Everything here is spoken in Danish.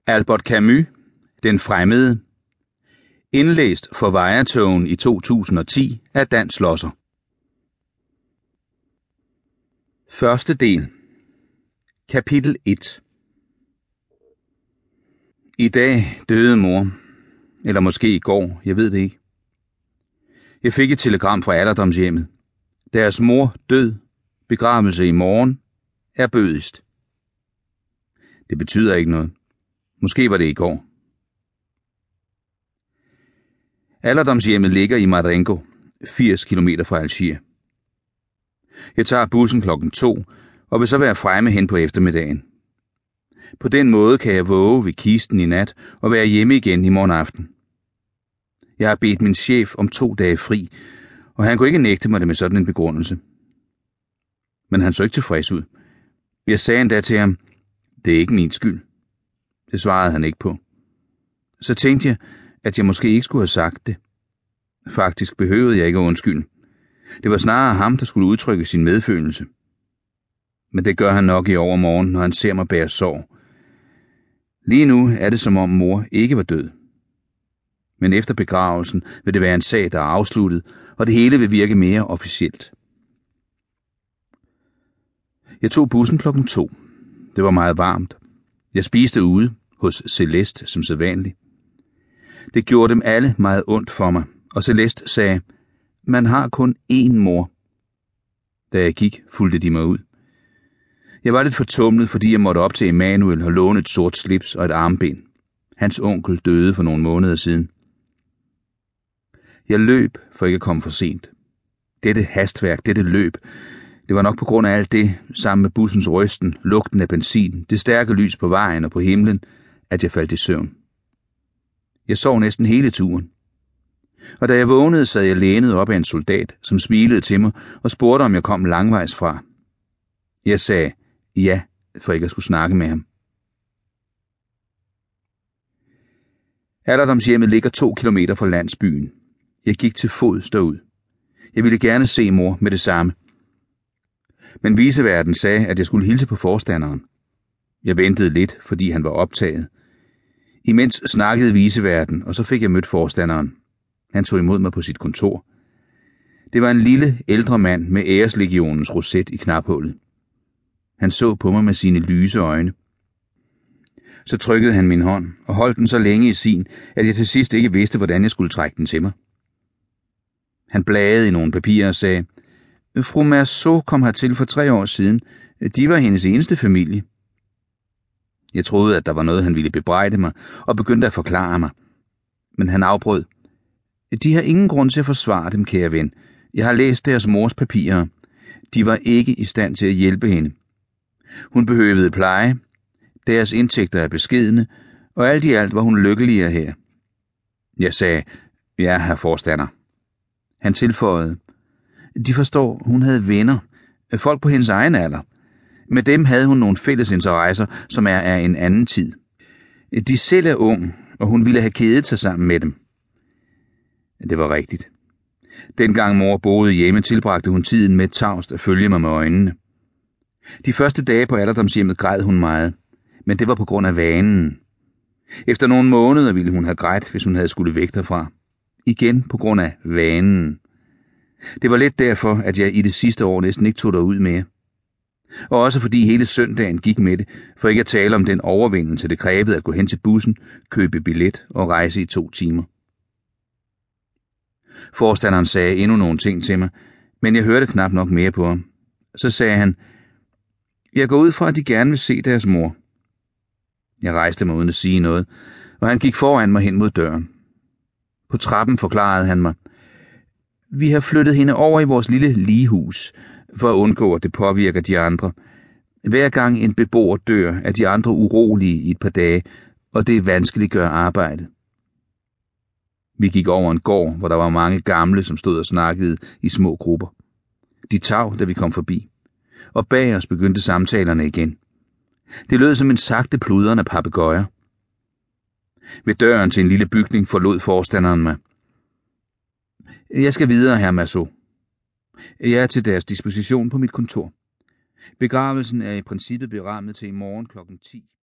Albert Camus, Den fremmede. Indlæst for Vejrtogen i 2010 af Dan Schlosser. Første del. Kapitel 1. I dag døde mor. Eller måske i går, jeg ved det ikke. Jeg fik et telegram fra alderdomshjemmet. Deres mor død, begravelse i morgen, er bødigst. Det betyder ikke noget. Måske var det i går. Alderdomshjemmet ligger i Marengo, 80 km fra Algier. Jeg tager bussen 2:00 og vil så være fremme hen på eftermiddagen. På den måde kan jeg våge ved kisten i nat og være hjemme igen i morgen aften. Jeg har bedt min chef om 2 dage fri, og han kunne ikke nægte mig det med sådan en begrundelse. Men han så ikke tilfreds ud. Jeg sagde endda til ham, det er ikke min skyld. Det svarede han ikke på. Så tænkte jeg, at jeg måske ikke skulle have sagt det. Faktisk behøvede jeg ikke at undskylde. Det var snarere ham, der skulle udtrykke sin medfølelse. Men det gør han nok i overmorgen, når han ser mig bære sorg. Lige nu er det som om mor ikke var død. Men efter begravelsen vil det være en sag, der er afsluttet, og det hele vil virke mere officielt. Jeg tog bussen 2:00. Det var meget varmt. Jeg spiste ude hos Celeste som sædvanligt. Det gjorde dem alle meget ondt for mig, og Celeste sagde, man har kun én mor. Da jeg gik, fulgte de mig ud. Jeg var lidt fortumlet, fordi jeg måtte op til Emanuel og låne et sort slips og et armbind. Hans onkel døde for nogle måneder siden. Jeg løb, for ikke at komme for sent. Dette hastværk, dette løb, det var nok på grund af alt det, sammen med bussens rysten, lugten af benzin, det stærke lys på vejen og på himlen, at jeg faldt i søvn. Jeg sov næsten hele turen. Og da jeg vågnede, sad jeg lænet op af en soldat, som smilede til mig og spurgte, om jeg kom langvejs fra. Jeg sagde ja, for ikke at skulle snakke med ham. Alderdomshjemmet ligger 2 kilometer fra landsbyen. Jeg gik til fods derud. Jeg ville gerne se mor med det samme. Men viceværten sagde, at jeg skulle hilse på forstanderen. Jeg ventede lidt, fordi han var optaget. Imens snakkede viceværten, og så fik jeg mødt forstanderen. Han tog imod mig på sit kontor. Det var en lille, ældre mand med æreslegionens roset i knaphullet. Han så på mig med sine lyse øjne. Så trykkede han min hånd og holdt den så længe i sin, at jeg til sidst ikke vidste, hvordan jeg skulle trække den til mig. Han bladede i nogle papirer og sagde, fru Merceau kom hertil for 3 år siden. De var hendes eneste familie. Jeg troede, at der var noget, han ville bebrejde mig, og begyndte at forklare mig. Men han afbrød. De har ingen grund til at forsvare dem, kære ven. Jeg har læst deres mors papirer. De var ikke i stand til at hjælpe hende. Hun behøvede pleje. Deres indtægter er beskedne, og alt i alt var hun lykkeligere her. Jeg sagde, ja, herr forstander. Han tilføjede, de forstår, hun havde venner, folk på hendes egen alder. Med dem havde hun nogle fælles interesser, som er af en anden tid. De selv er ung, og hun ville have kædet sig sammen med dem. Det var rigtigt. Dengang mor boede hjemme, tilbragte hun tiden med tavst at følge mig med øjnene. De første dage på alderdomshjemmet græd hun meget, men det var på grund af vanen. Efter nogle måneder ville hun have grædt, hvis hun havde skulle væk derfra. Igen på grund af vanen. Det var lidt derfor, at jeg i det sidste år næsten ikke tog derud mere. Og også fordi hele søndagen gik med det, for ikke at tale om den overvindelse, det krævede at gå hen til bussen, købe billet og rejse i 2 timer. Forstanderen sagde endnu nogle ting til mig, men jeg hørte knap nok mere på ham. Så sagde han, jeg går ud fra, at de gerne vil se deres mor. Jeg rejste mig uden at sige noget, og han gik foran mig hen mod døren. På trappen forklarede han mig, vi har flyttet hende over i vores lille ligehus, for at undgå, at det påvirker de andre. Hver gang en beboer dør, er de andre urolige i et par dage, og det vanskeliggør arbejdet. Vi gik over en gård, hvor der var mange gamle, som stod og snakkede i små grupper. De tav, da vi kom forbi. Og bag os begyndte samtalerne igen. Det lød som en sagte pludren af papegøjer. Ved døren til en lille bygning forlod forstanderen mig. Jeg skal videre, herr Merceau. Jeg er til deres disposition på mit kontor. Begravelsen er i princippet berammet til i morgen 10:00.